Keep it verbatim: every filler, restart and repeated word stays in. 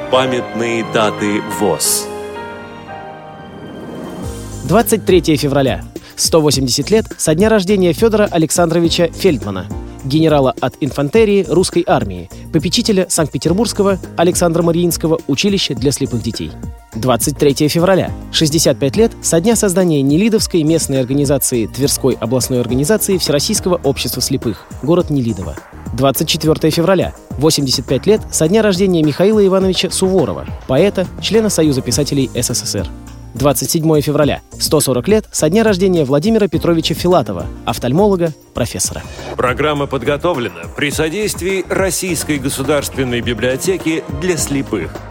Памятные даты ВОС. двадцать третьего февраля. сто восемьдесят лет со дня рождения Федора Александровича Фельдмана, генерала от инфантерии русской армии, попечителя Санкт-Петербургского Александро-Мариинского училища для слепых детей. двадцать третьего февраля. шестьдесят пять лет со дня создания Нелидовской местной организации Тверской областной организации Всероссийского общества слепых, город Нелидово. двадцать четвёртого февраля. восемьдесят пять лет со дня рождения Михаила Ивановича Суворова, поэта, члена Союза писателей СССР. двадцать седьмого февраля. сто сорок лет со дня рождения Владимира Петровича Филатова, офтальмолога, профессора. Программа подготовлена при содействии Российской государственной библиотеки для слепых.